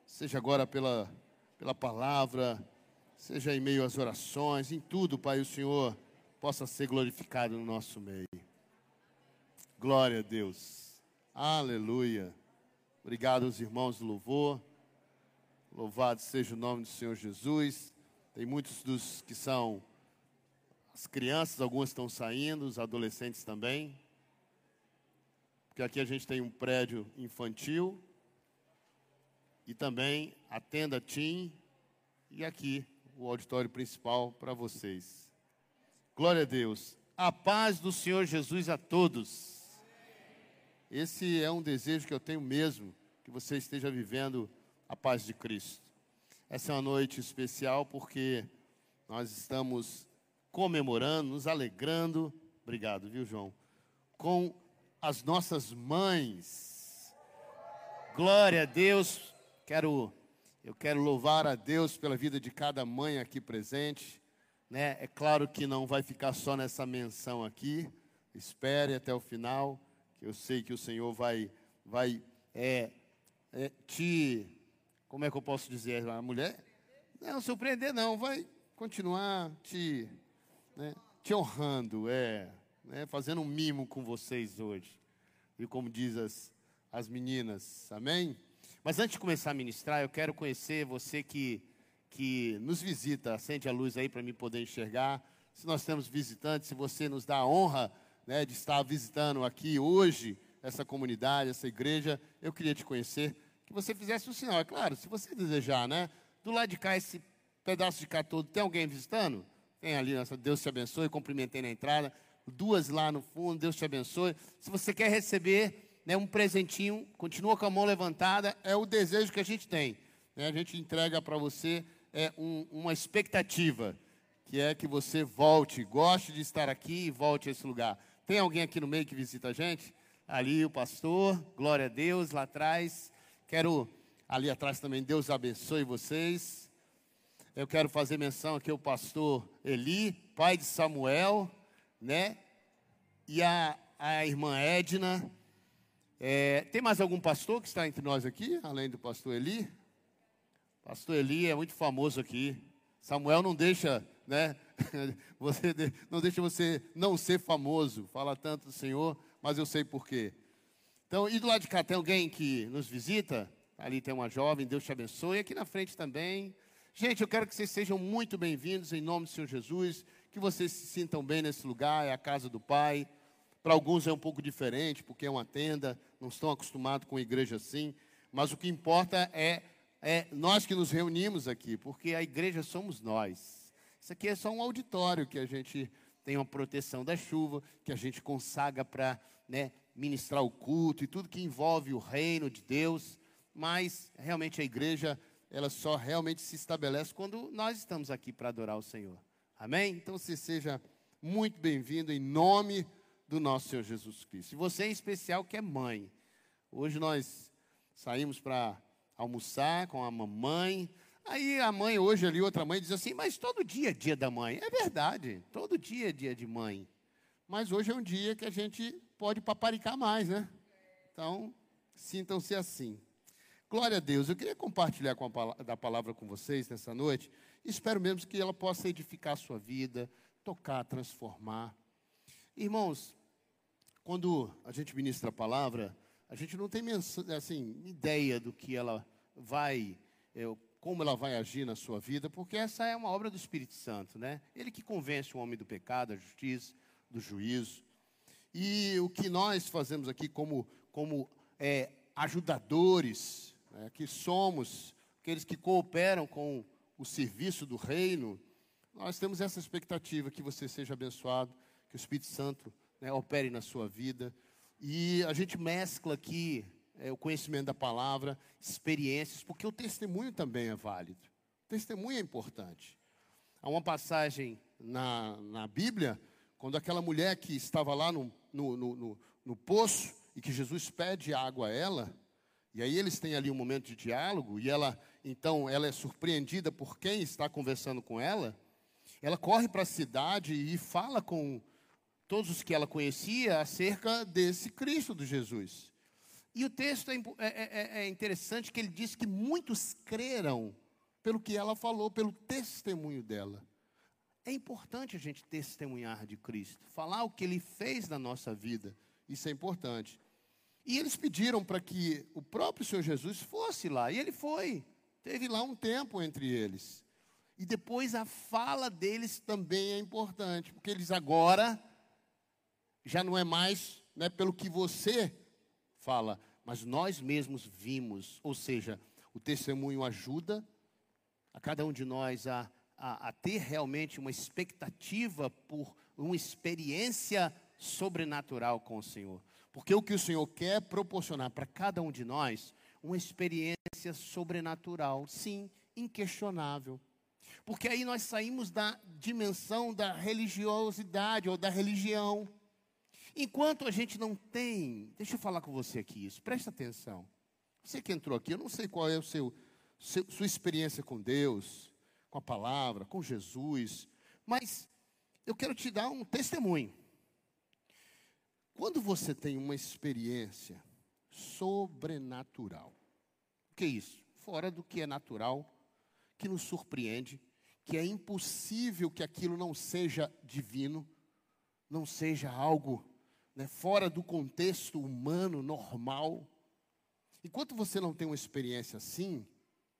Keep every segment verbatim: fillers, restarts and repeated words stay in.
seja agora pela, pela palavra, seja em meio às orações, em tudo, Pai, o Senhor possa ser glorificado no nosso meio. Glória a Deus. Aleluia. Obrigado aos irmãos do louvor. Louvado seja o nome do Senhor Jesus. Tem muitos dos que são as crianças, algumas estão saindo, os adolescentes também. Porque aqui a gente tem um prédio infantil e também a tenda Tim e aqui o auditório principal para vocês. Glória a Deus. A paz do Senhor Jesus a todos. Esse é um desejo que eu tenho mesmo, que você esteja vivendo a paz de Cristo. Essa é uma noite especial porque nós estamos comemorando, nos alegrando, obrigado, viu, João, com as nossas mães. Glória a Deus. Quero, eu quero louvar a Deus pela vida de cada mãe aqui presente, né? É claro que não vai ficar só nessa menção aqui. Espere até o final, que eu sei que o Senhor vai, vai é, é, te, como é que eu posso dizer, a mulher? Não, surpreender não, vai continuar te, né, te honrando, é, né, fazendo um mimo com vocês hoje. E como diz as, as meninas, amém? Mas antes de começar a ministrar, eu quero conhecer você que, que nos visita. Acende a luz aí para mim poder enxergar. Se nós temos visitantes, se você nos dá a honra, né, de estar visitando aqui hoje essa comunidade, essa igreja, eu queria te conhecer, que você fizesse um sinal. É claro, se você desejar, né? Do lado de cá, esse pedaço de cá todo, tem alguém visitando? Tem ali, nossa, Deus te abençoe, cumprimentei na entrada. Duas lá no fundo, Deus te abençoe. Se você quer receber, né, um presentinho, continua com a mão levantada, é o desejo que a gente tem, né? A gente entrega para você é, um, uma expectativa, que é que você volte, goste de estar aqui e volte a esse lugar. Tem alguém aqui no meio que visita a gente? Ali o pastor, glória a Deus, lá atrás. Quero, ali atrás também, Deus abençoe vocês. Eu quero fazer menção aqui ao pastor Eli, pai de Samuel, né? E a, a irmã Edna. É, tem mais algum pastor que está entre nós aqui, além do pastor Eli? Pastor Eli é muito famoso aqui. Samuel não deixa, né? Você não deixa você não ser famoso. Fala tanto do Senhor, mas eu sei por quê. Então, e do lado de cá, tem alguém que nos visita? Ali tem uma jovem, Deus te abençoe. Aqui na frente também. Gente, eu quero que vocês sejam muito bem-vindos em nome do Senhor Jesus. Que vocês se sintam bem nesse lugar, é a casa do Pai. Para alguns é um pouco diferente, porque é uma tenda, não estão acostumados com igreja assim. Mas o que importa é, é nós que nos reunimos aqui, porque a igreja somos nós. Isso aqui é só um auditório que a gente tem uma proteção da chuva, que a gente consagra para, né, ministrar o culto e tudo que envolve o reino de Deus. Mas realmente a igreja, ela só realmente se estabelece quando nós estamos aqui para adorar o Senhor. Amém? Então você seja muito bem-vindo em nome do nosso Senhor Jesus Cristo. E você em especial que é mãe. Hoje nós saímos para almoçar com a mamãe. Aí a mãe hoje ali, outra mãe diz assim, mas todo dia é dia da mãe. É verdade, todo dia é dia de mãe. Mas hoje é um dia que a gente pode paparicar mais, né? Então, sintam-se assim. Glória a Deus. Eu queria compartilhar com a, da palavra com vocês nessa noite. Espero mesmo que ela possa edificar a sua vida, tocar, transformar. Irmãos, quando a gente ministra a palavra, a gente não tem assim, ideia do que ela vai, é, como ela vai agir na sua vida, porque essa é uma obra do Espírito Santo, né? Ele que convence o homem do pecado, da justiça, do juízo. E o que nós fazemos aqui como, como é, ajudadores, né, que somos aqueles que cooperam com o serviço do reino, nós temos essa expectativa que você seja abençoado, que o Espírito Santo, né, opere na sua vida. E a gente mescla aqui é, o conhecimento da palavra, experiências, porque o testemunho também é válido. O testemunho é importante. Há uma passagem na, na Bíblia, quando aquela mulher que estava lá no, no, no, no, no poço, e que Jesus pede água a ela, e aí eles têm ali um momento de diálogo, e ela, então, ela é surpreendida por quem está conversando com ela, ela corre para a cidade e fala com todos os que ela conhecia acerca desse Cristo de Jesus. E o texto é, é, é interessante que ele diz que muitos creram pelo que ela falou, pelo testemunho dela. É importante a gente testemunhar de Cristo, falar o que Ele fez na nossa vida, isso é importante. E eles pediram para que o próprio Senhor Jesus fosse lá, e Ele foi, teve lá um tempo entre eles. E depois a fala deles também é importante, porque eles agora, já não é mais, né, pelo que você fala, mas nós mesmos vimos, ou seja, o testemunho ajuda a cada um de nós a A, a ter realmente uma expectativa por uma experiência sobrenatural com o Senhor. Porque o que o Senhor quer proporcionar para cada um de nós, uma experiência sobrenatural, sim, inquestionável. Porque aí nós saímos da dimensão da religiosidade ou da religião. Enquanto a gente não tem, deixa eu falar com você aqui isso, presta atenção. Você que entrou aqui, eu não sei qual é o seu, seu sua experiência com Deus, com a palavra, com Jesus, mas eu quero te dar um testemunho. Quando você tem uma experiência sobrenatural, o que é isso? Fora do que é natural, que nos surpreende, que é impossível que aquilo não seja divino, não seja algo, né, fora do contexto humano, normal. Enquanto você não tem uma experiência assim,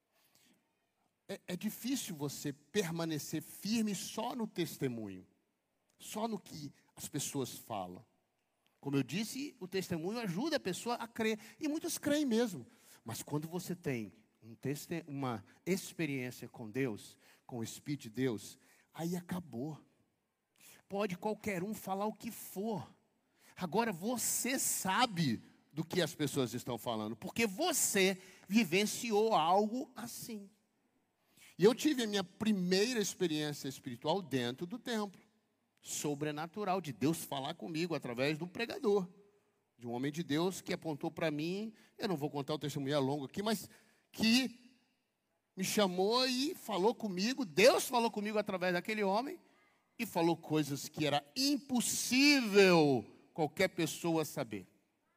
É, é difícil você permanecer firme só no testemunho, só no que as pessoas falam. Como eu disse, o testemunho ajuda a pessoa a crer, e muitos creem mesmo. Mas quando você tem um teste, uma experiência com Deus, com o Espírito de Deus, aí acabou. Pode qualquer um falar o que for. Agora você sabe do que as pessoas estão falando, porque você vivenciou algo assim. E eu tive a minha primeira experiência espiritual dentro do templo. Sobrenatural, de Deus falar comigo através do pregador. De um homem de Deus que apontou para mim, eu não vou contar o testemunho é longo aqui, mas que me chamou e falou comigo. Deus falou comigo através daquele homem e falou coisas que era impossível qualquer pessoa saber.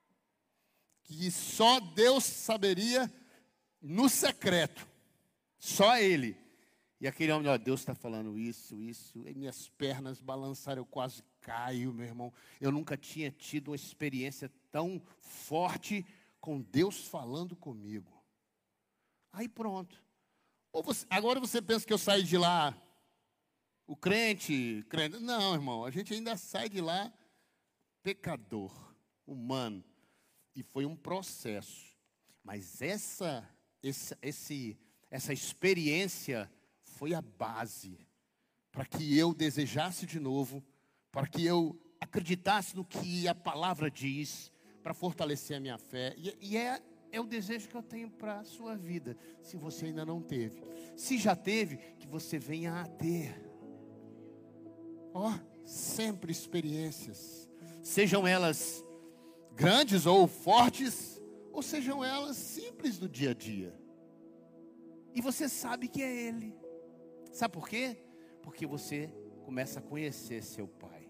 Que só Deus saberia no secreto. Só Ele. E aquele homem, ó, Deus está falando isso, isso. E minhas pernas balançaram, eu quase caio, meu irmão. Eu nunca tinha tido uma experiência tão forte com Deus falando comigo. Aí pronto. Ou você, agora você pensa que eu saí de lá, o crente, crente. Não, irmão, a gente ainda sai de lá pecador, humano. E foi um processo. Mas essa, essa, esse... Essa experiência foi a base para que eu desejasse de novo, para que eu acreditasse no que a palavra diz, para fortalecer a minha fé. E, e é, é o desejo que eu tenho para a sua vida, se você ainda não teve. Se já teve, que você venha a ter. Ó, oh, sempre experiências, sejam elas grandes ou fortes, ou sejam elas simples do dia a dia. E você sabe que é Ele. Sabe por quê? Porque você começa a conhecer seu Pai.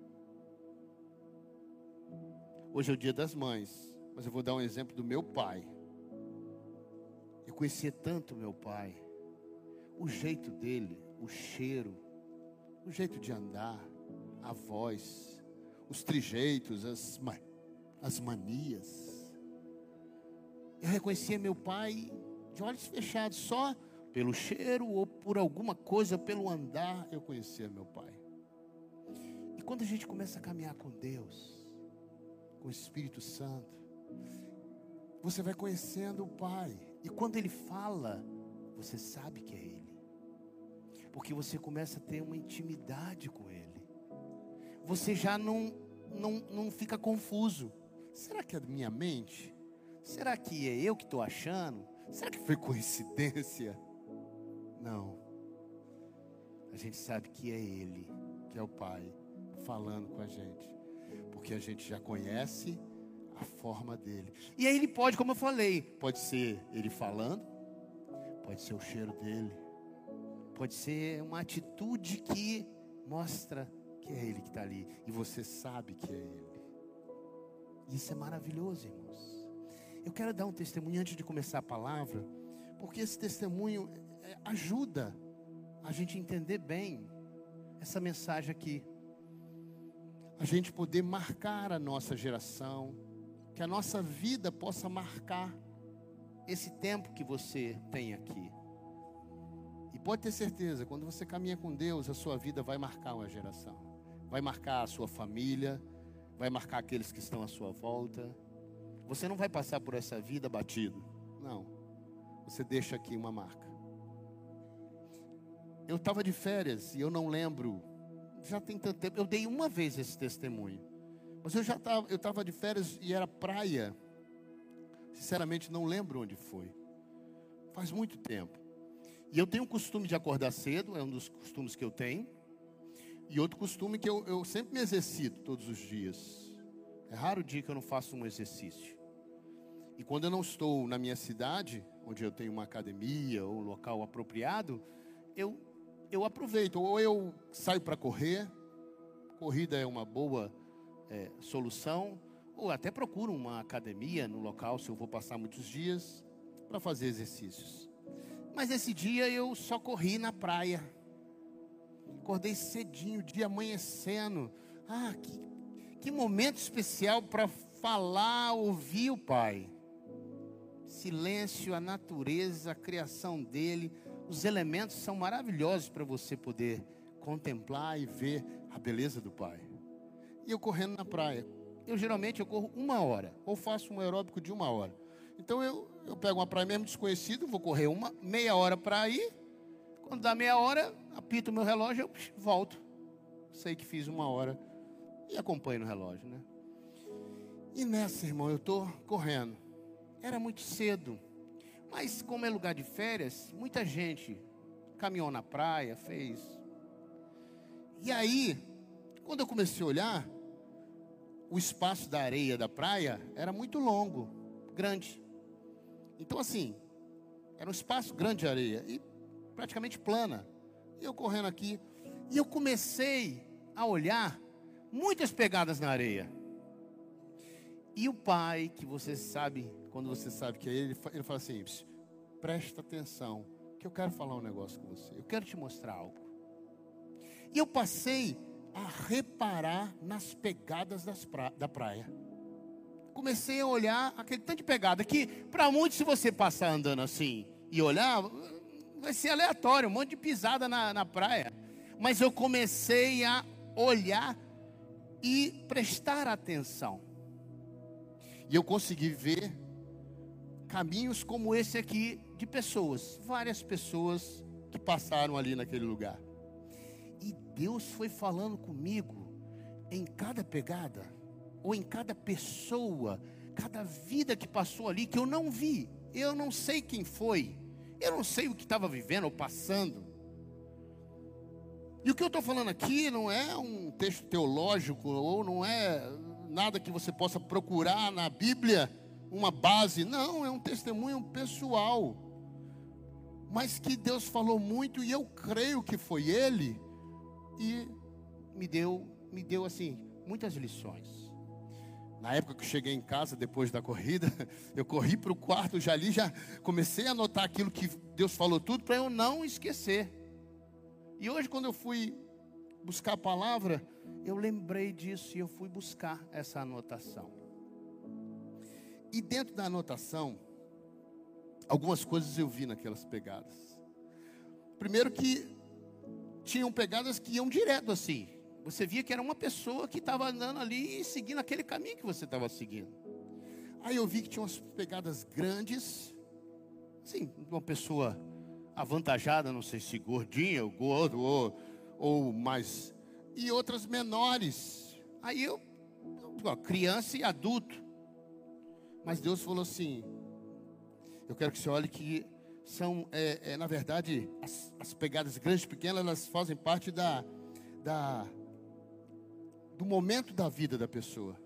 Hoje é o dia das mães, mas eu vou dar um exemplo do meu pai. Eu conhecia tanto meu pai, o jeito dele, o cheiro, o jeito de andar, a voz, os trejeitos, as, as manias. Eu reconhecia meu pai de olhos fechados, só pelo cheiro ou por alguma coisa, pelo andar, eu conhecia meu pai. E quando a gente começa a caminhar com Deus, com o Espírito Santo, você vai conhecendo o Pai. E quando Ele fala, você sabe que é Ele. Porque você começa a ter uma intimidade com Ele. Você já não, não, não fica confuso. Será que é da minha mente? Será que é eu que estou achando? Será que foi coincidência? Não. A gente sabe que é Ele, que é o Pai, falando com a gente. Porque a gente já conhece a forma dele. E aí Ele pode, como eu falei, pode ser Ele falando, pode ser o cheiro dele, pode ser uma atitude que mostra que é Ele que está ali. E você sabe que é Ele. Isso é maravilhoso, irmãos. eu quero dar um testemunho antes de começar a palavra, porque esse testemunho é, ajuda a gente entender bem essa mensagem aqui. A gente poder marcar a nossa geração, que a nossa vida possa marcar esse tempo que você tem aqui. E pode ter certeza, quando você caminha com Deus, a sua vida vai marcar uma geração. Vai marcar a sua família, vai marcar aqueles que estão à sua volta. Você não vai passar por essa vida batido. Não. Você deixa aqui uma marca. Eu estava de férias e eu não lembro. Já tem tanto tempo. Eu dei uma vez esse testemunho. Mas eu já estava, eu estava de férias e era praia. Sinceramente, não lembro onde foi. Faz muito tempo. E eu tenho o costume de acordar cedo, é um dos costumes que eu tenho. E outro costume que eu, eu sempre me exercito todos os dias. É raro o dia que eu não faço um exercício. E quando eu não estou na minha cidade, onde eu tenho uma academia ou um local apropriado, eu, eu aproveito. Ou eu saio para correr, corrida é uma boa é, solução. Ou até procuro uma academia no local, se eu vou passar muitos dias, para fazer exercícios. Mas esse dia eu só corri na praia. Acordei cedinho, dia amanhecendo. Ah, que, que momento especial para falar, ouvir o Pai. Silêncio, a natureza, a criação dele. Os elementos são maravilhosos para você poder contemplar e ver a beleza do Pai. E eu correndo na praia. Eu geralmente eu corro uma hora, ou faço um aeróbico de uma hora. Então eu, eu pego uma praia mesmo desconhecida, vou correr uma meia hora para ir. Quando dá meia hora, apito o meu relógio, eu volto. Sei que fiz uma hora e acompanho no relógio, né? E nessa, irmão, eu estou correndo. Era muito cedo, mas como é lugar de férias, muita gente caminhou na praia, fez. E aí, quando eu comecei a olhar, o espaço da areia da praia era muito longo, grande. Então assim, era um espaço grande de areia e praticamente plana. E eu correndo aqui, e eu comecei a olhar muitas pegadas na areia. E o Pai, que você sabe, quando você sabe que é Ele, ele fala assim, presta atenção, que eu quero falar um negócio com você. Eu quero te mostrar algo. E eu passei a reparar nas pegadas das pra, da praia. Comecei a olhar aquele tanto de pegada que, para muitos, se você passar andando assim e olhar, vai ser aleatório, um monte de pisada na, na praia. Mas eu comecei a olhar e prestar atenção. E eu consegui ver caminhos como esse aqui de pessoas, várias pessoas que passaram ali naquele lugar. E Deus foi falando comigo em cada pegada, ou em cada pessoa, cada vida que passou ali que eu não vi. Eu não sei quem foi, eu não sei o que estava vivendo ou passando. E o que eu estou falando aqui não é um texto teológico, ou não é nada que você possa procurar na Bíblia, uma base. Não, é um testemunho pessoal. Mas que Deus falou muito e eu creio que foi Ele. E me deu, me deu assim, muitas lições. Na época que eu cheguei em casa, depois da corrida, eu corri para o quarto, já ali, já comecei a anotar aquilo que Deus falou tudo, para eu não esquecer. E hoje, quando eu fui buscar a palavra, eu lembrei disso e eu fui buscar essa anotação. E dentro da anotação, algumas coisas eu vi naquelas pegadas. Primeiro que tinham pegadas que iam direto assim. Você via que era uma pessoa que estava andando ali e seguindo aquele caminho que você estava seguindo. Aí eu vi que tinha umas pegadas grandes, assim, uma pessoa avantajada, não sei se gordinha ou gordo ou, ou mais, e outras menores. Aí eu, ó, criança e adulto. Mas Deus falou assim, eu quero que você olhe que são, é, é, na verdade, as, as pegadas grandes e pequenas, elas fazem parte da, da, do momento da vida da pessoa.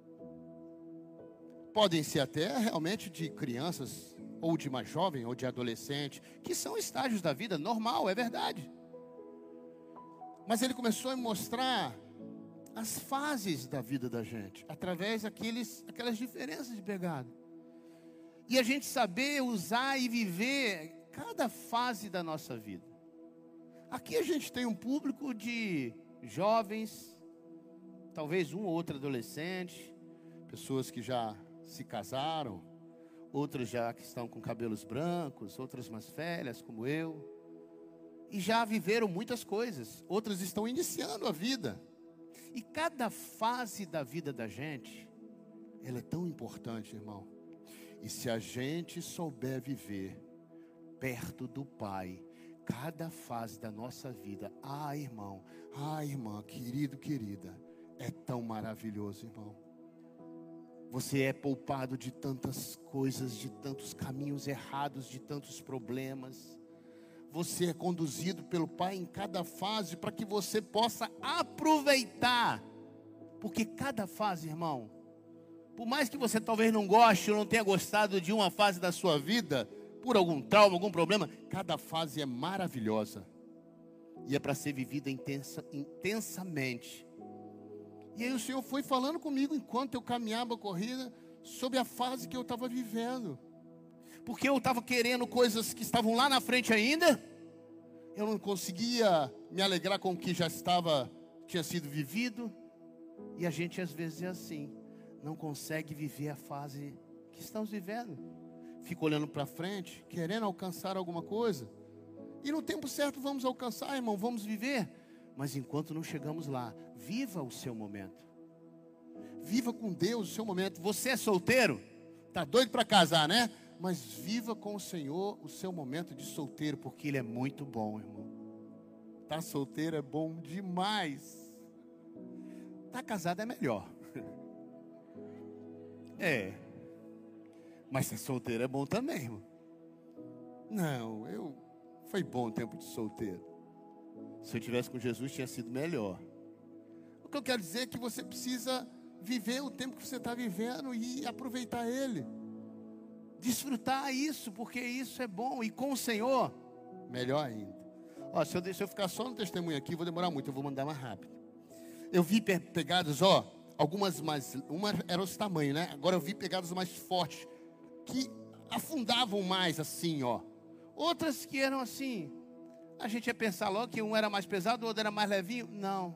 Podem ser até realmente de crianças, ou de mais jovem, ou de adolescente, que são estágios da vida, normal, é verdade. Mas ele começou a mostrar as fases da vida da gente, através daqueles, aquelas diferenças de pegada. E a gente saber usar e viver cada fase da nossa vida. Aqui a gente tem um público de jovens, talvez um ou outro adolescente, pessoas que já se casaram, outros já que estão com cabelos brancos, outras mais velhas como eu, e já viveram muitas coisas, outras estão iniciando a vida. E cada fase da vida da gente, ela é tão importante, irmão. E se a gente souber viver perto do Pai, cada fase da nossa vida, ah, irmão, ah, irmã, querido, querida, é tão maravilhoso, irmão. Você é poupado de tantas coisas, de tantos caminhos errados, de tantos problemas. Você é conduzido pelo Pai em cada fase para que você possa aproveitar. Porque cada fase, irmão, por mais que você talvez não goste ou não tenha gostado de uma fase da sua vida, por algum trauma, algum problema, cada fase é maravilhosa. E é para ser vivida intensa, intensamente. E aí o Senhor foi falando comigo enquanto eu caminhava a corrida sobre a fase que eu estava vivendo. Porque eu estava querendo coisas que estavam lá na frente ainda. Eu não conseguia me alegrar com o que já estava, tinha sido vivido. E a gente às vezes é assim, não consegue viver a fase que estamos vivendo. Fica olhando para frente, querendo alcançar alguma coisa. E no tempo certo vamos alcançar, irmão, vamos viver. Mas enquanto não chegamos lá, viva o seu momento. Viva com Deus o seu momento. Você é solteiro? Está doido para casar, né? Mas viva com o Senhor o seu momento de solteiro, porque Ele é muito bom, irmão. Tá solteiro é bom demais. Tá casado é melhor. É. Mas ser solteiro é bom também, irmão. Não, eu... Foi bom o tempo de solteiro. Se eu tivesse com Jesus, tinha sido melhor. O que eu quero dizer é que você precisa viver o tempo que você está vivendo e aproveitar ele. Desfrutar isso, porque isso é bom. E com o Senhor, melhor ainda. Ó, se eu, se eu ficar só no testemunho aqui, vou demorar muito, eu vou mandar mais rápido. Eu vi pe- pegadas, ó, algumas mais, uma eram os tamanhos, né? Agora eu vi pegadas mais fortes, que afundavam mais assim, ó. Outras que eram assim, a gente ia pensar logo que um era mais pesado, o outro era mais levinho. Não.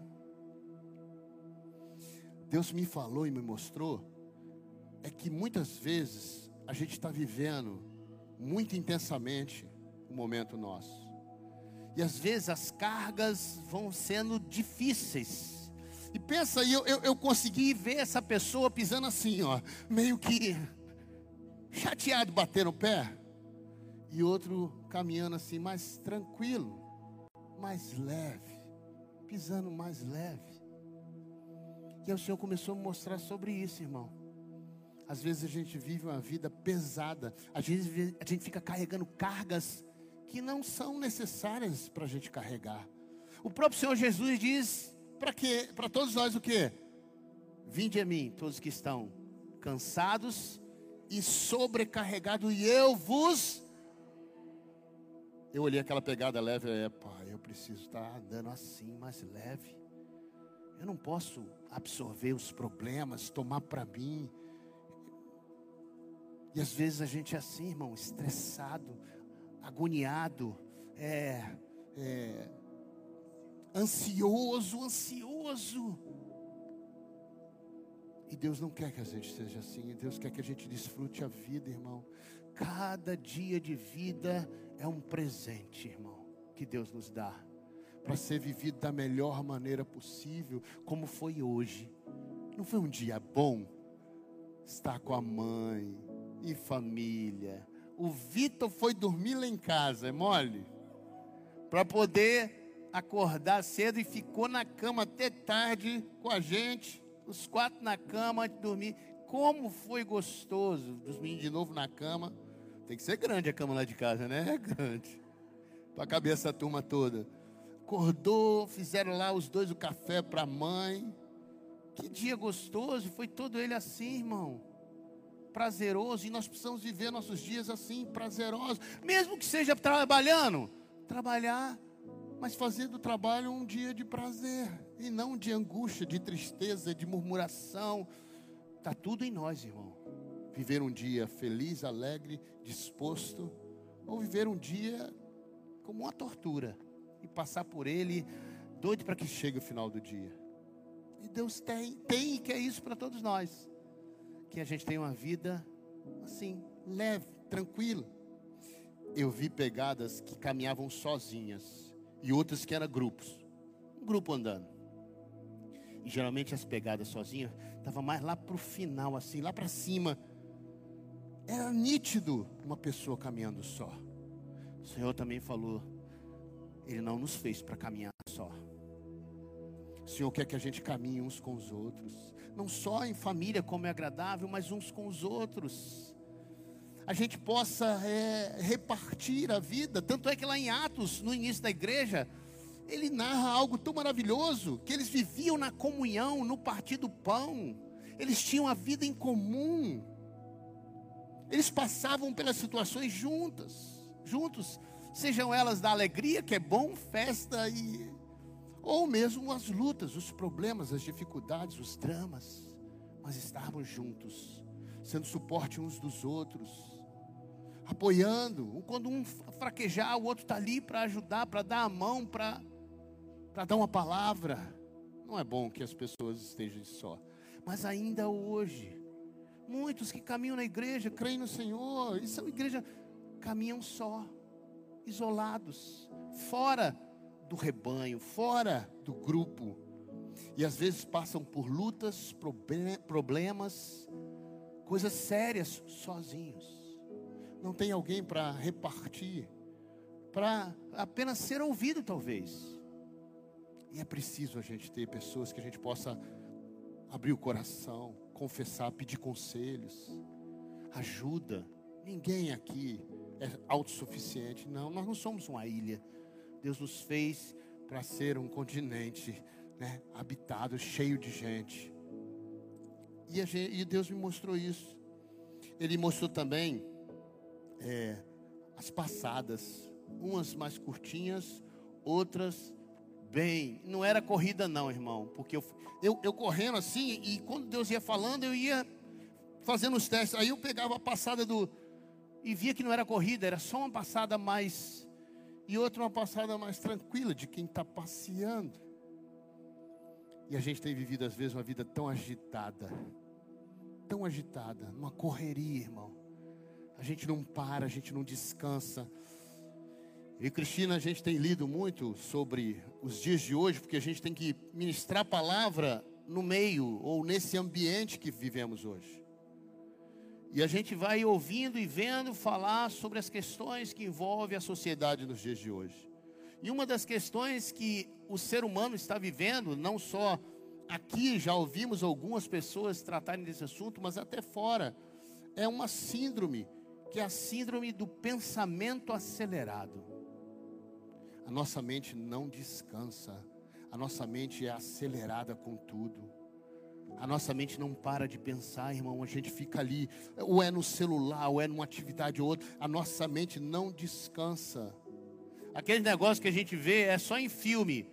Deus me falou e me mostrou, é que muitas vezes a gente está vivendo muito intensamente o momento nosso. E às vezes as cargas vão sendo difíceis. E pensa aí, eu, eu, eu consegui ver essa pessoa pisando assim, ó, meio que chateado, batendo o pé. E outro caminhando assim, mais tranquilo, mais leve, pisando mais leve. E aí o Senhor começou a me mostrar sobre isso, irmão. Às vezes a gente vive uma vida pesada, às vezes a gente fica carregando cargas que não são necessárias para a gente carregar. O próprio Senhor Jesus diz para quê? Para todos nós o quê? Vinde a mim, todos que estão cansados e sobrecarregados, e eu vos... Eu olhei aquela pegada leve, é, pai, eu preciso estar andando assim, mais leve. Eu não posso absorver os problemas, tomar para mim. E às vezes a gente é assim, irmão, estressado, agoniado, é, é, ansioso, ansioso. E Deus não quer que a gente seja assim. Deus quer que a gente desfrute a vida, irmão. Cada dia de vida é um presente, irmão, que Deus nos dá, para ser vivido da melhor maneira possível, como foi hoje. Não foi um dia bom? Estar com a mãe, em família. O Vitor foi dormir lá em casa, é mole? Para poder acordar cedo e ficou na cama até tarde com a gente, os quatro na cama antes de dormir. Como foi gostoso dormir de novo na cama. Tem que ser grande a cama lá de casa, né? É grande. Para caber essa turma toda. Acordou, fizeram lá os dois o café para a mãe. Que dia gostoso, foi todo ele assim, irmão. Prazeroso, e nós precisamos viver nossos dias assim, prazerosos. Mesmo que seja trabalhando, trabalhar, mas fazer do trabalho um dia de prazer. E não de angústia, de tristeza, de murmuração. Está tudo em nós, irmão. viver um dia feliz, alegre, disposto, ou viver um dia como uma tortura e passar por ele doido para que chegue o final do dia. E Deus tem, tem e quer isso para todos nós, que a gente tenha uma vida assim, leve, tranquila. Eu vi pegadas que caminhavam sozinhas e outras que eram grupos, um grupo andando. E geralmente as pegadas sozinhas estavam mais lá para o final, assim, lá para cima. Era nítido uma pessoa caminhando só. O Senhor também falou, Ele não nos fez para caminhar só. O Senhor quer que a gente caminhe uns com os outros, não só em família como é agradável, mas uns com os outros. A gente possa é, repartir a vida. Tanto é que lá em Atos, no início da igreja, ele narra algo tão maravilhoso, que eles viviam na comunhão, no partir do pão. Eles tinham a vida em comum. Eles passavam pelas situações juntas, juntos, sejam elas da alegria, que é bom, festa, e, ou mesmo as lutas, os problemas, as dificuldades, os dramas. Mas estavam juntos, sendo suporte uns dos outros, apoiando. Quando um fraquejar, o outro está ali para ajudar, para dar a mão, para para dar uma palavra. Não é bom que as pessoas estejam só, mas ainda hoje, muitos que caminham na igreja, creem no Senhor, e são igreja, caminham só, isolados, fora do rebanho, fora do grupo, e às vezes passam por lutas, problemas, coisas sérias, sozinhos. Não tem alguém para repartir, para apenas ser ouvido talvez. E é preciso a gente ter pessoas que a gente possa abrir o coração, confessar, pedir conselhos, ajuda. Ninguém aqui é autossuficiente, não, nós não somos uma ilha. Deus nos fez para ser um continente, né, habitado, cheio de gente. E, a gente, e Deus me mostrou isso. Ele mostrou também é, as passadas, umas mais curtinhas, outras bem. Não era corrida não, irmão, porque eu, eu, eu correndo assim, e quando Deus ia falando, eu ia fazendo os testes. Aí eu pegava a passada do, e via que não era corrida, era só uma passada mais, e outra uma passada mais tranquila, de quem está passeando. E a gente tem vivido às vezes uma vida tão agitada, tão agitada, numa correria, irmão. A gente não para, a gente não descansa. E Cristina, a gente tem lido muito sobre os dias de hoje, porque a gente tem que ministrar a palavra no meio, ou nesse ambiente que vivemos hoje. E a gente vai ouvindo e vendo falar sobre as questões que envolvem a sociedade nos dias de hoje. E uma das questões que o ser humano está vivendo, não só aqui, já ouvimos algumas pessoas tratarem desse assunto, mas até fora, é uma síndrome, que é a síndrome do pensamento acelerado. A nossa mente não descansa, a nossa mente é acelerada com tudo. A nossa mente não para de pensar, irmão, a gente fica ali, ou é no celular, ou é numa atividade ou outra, a nossa mente não descansa. Aquele negócio que a gente vê é só em filme.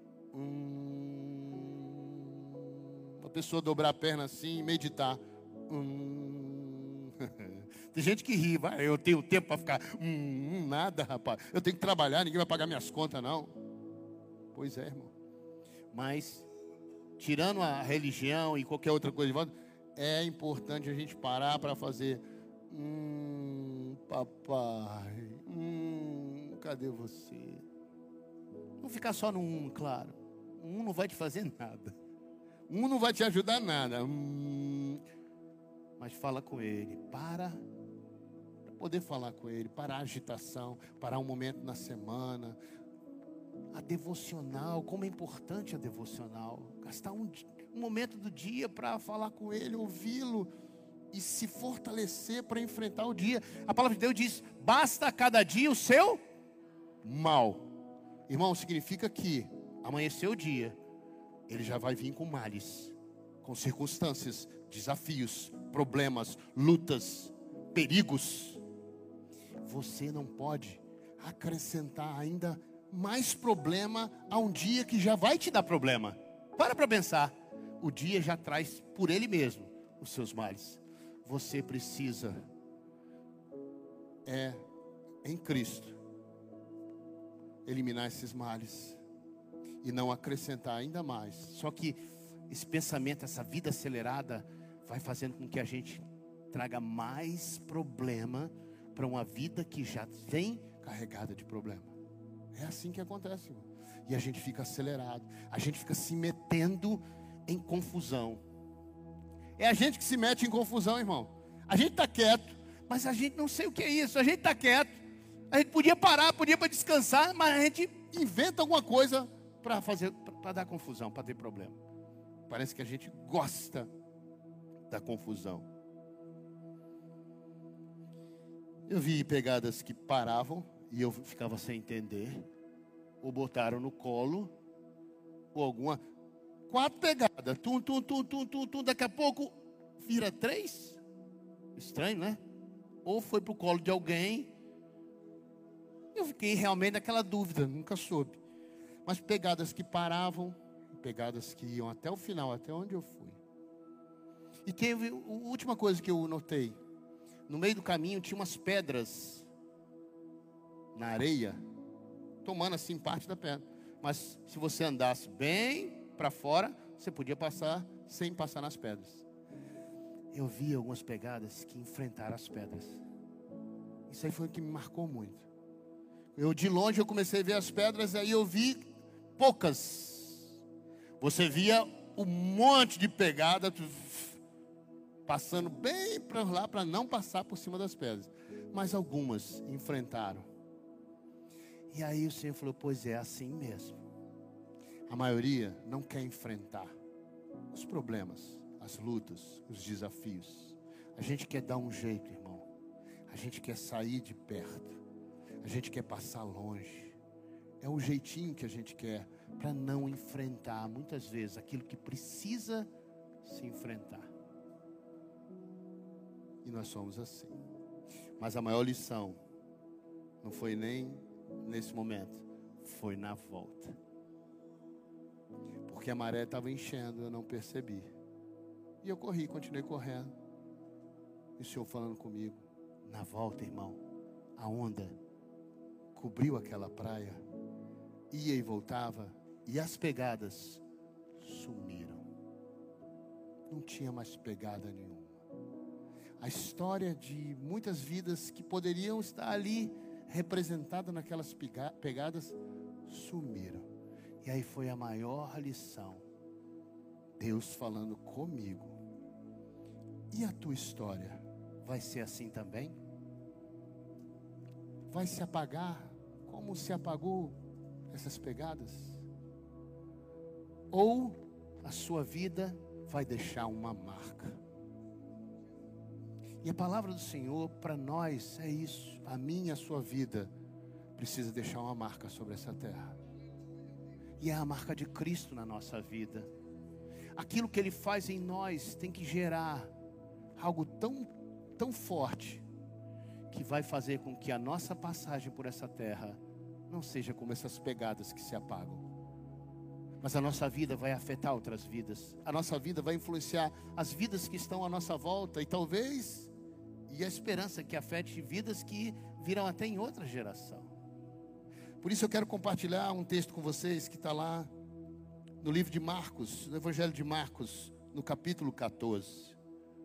Hum, uma pessoa dobrar a perna assim e meditar. Hum, tem gente que ri, vai, eu tenho tempo para ficar, hum, hum, nada, rapaz. Eu tenho que trabalhar, ninguém vai pagar minhas contas, não. Pois é, irmão. Mas, tirando a religião e qualquer outra coisa de volta, é importante a gente parar para fazer, hum, papai, hum, cadê você? Não ficar só no um, claro. Um não vai te fazer nada. Um não vai te ajudar nada. Hum, mas fala com ele, para, para poder falar com ele, parar a agitação, parar um momento na semana. A devocional, como é importante a devocional. Gastar um, um momento do dia para falar com ele, ouvi-lo e se fortalecer para enfrentar o dia. A palavra de Deus diz, basta a cada dia o seu mal. Irmão, significa que amanheceu o dia, ele já vai vir com males, com circunstâncias, desafios, problemas, lutas, perigos. Você não pode acrescentar ainda mais problema a um dia que já vai te dar problema. Para para pensar. O dia já traz por ele mesmo os seus males. você precisa é, em Cristo, eliminar esses males e não acrescentar ainda mais. Só que esse pensamento, essa vida acelerada, vai fazendo com que a gente traga mais problema para uma vida que já vem carregada de problema. É assim que acontece, irmão. E a gente fica acelerado, a gente fica se metendo em confusão. É a gente que se mete em confusão, irmão. A gente está quieto, mas a gente não sei o que é isso. A gente está quieto, a gente podia parar, podia para descansar, mas a gente inventa alguma coisa para fazer, para dar confusão, para ter problema. Parece que a gente gosta da confusão. Eu vi pegadas que paravam e eu ficava sem entender, ou botaram no colo, ou alguma, quatro pegadas, tum, tum, tum, tum, tum, tum, daqui a pouco vira três, estranho, né? Ou foi para o colo de alguém. Eu fiquei realmente naquela dúvida, nunca soube. Mas pegadas que paravam, pegadas que iam até o final, até onde eu fui. E teve a última coisa que eu notei. No meio do caminho tinha umas pedras na areia, tomando assim parte da pedra. Mas se você andasse bem para fora, você podia passar sem passar nas pedras. Eu vi algumas pegadas que enfrentaram as pedras. Isso aí foi o que me marcou muito. Eu de longe eu comecei a ver as pedras, aí eu vi poucas. Você via um monte de pegada passando bem para lá para não passar por cima das pedras. Mas algumas enfrentaram. E aí o Senhor falou: pois é, assim mesmo. A maioria não quer enfrentar os problemas, as lutas, os desafios. A gente quer dar um jeito, irmão. A gente quer sair de perto. A gente quer passar longe. É o jeitinho que a gente quer para não enfrentar muitas vezes aquilo que precisa se enfrentar. E nós somos assim. Mas a maior lição não foi nem nesse momento, foi na volta. Porque a maré estava enchendo, eu não percebi. E eu corri, continuei correndo. E o Senhor falando comigo. Na volta, irmão, a onda cobriu aquela praia, ia e voltava, e as pegadas sumiram. Não tinha mais pegada nenhuma. A história de muitas vidas que poderiam estar ali representadas naquelas pegadas sumiram. E aí foi a maior lição. Deus falando comigo. E a tua história vai ser assim também? Vai se apagar como se apagou essas pegadas? Ou a sua vida vai deixar uma marca? E a palavra do Senhor para nós é isso. A minha, a sua vida precisa deixar uma marca sobre essa terra. E é a marca de Cristo na nossa vida. Aquilo que Ele faz em nós tem que gerar algo tão, tão forte, que vai fazer com que a nossa passagem por essa terra não seja como essas pegadas que se apagam. Mas a nossa vida vai afetar outras vidas. A nossa vida vai influenciar as vidas que estão à nossa volta. E talvez, e a esperança que afete vidas que virão até em outra geração. Por isso eu quero compartilhar um texto com vocês que está lá no livro de Marcos, no Evangelho de Marcos, no capítulo catorze.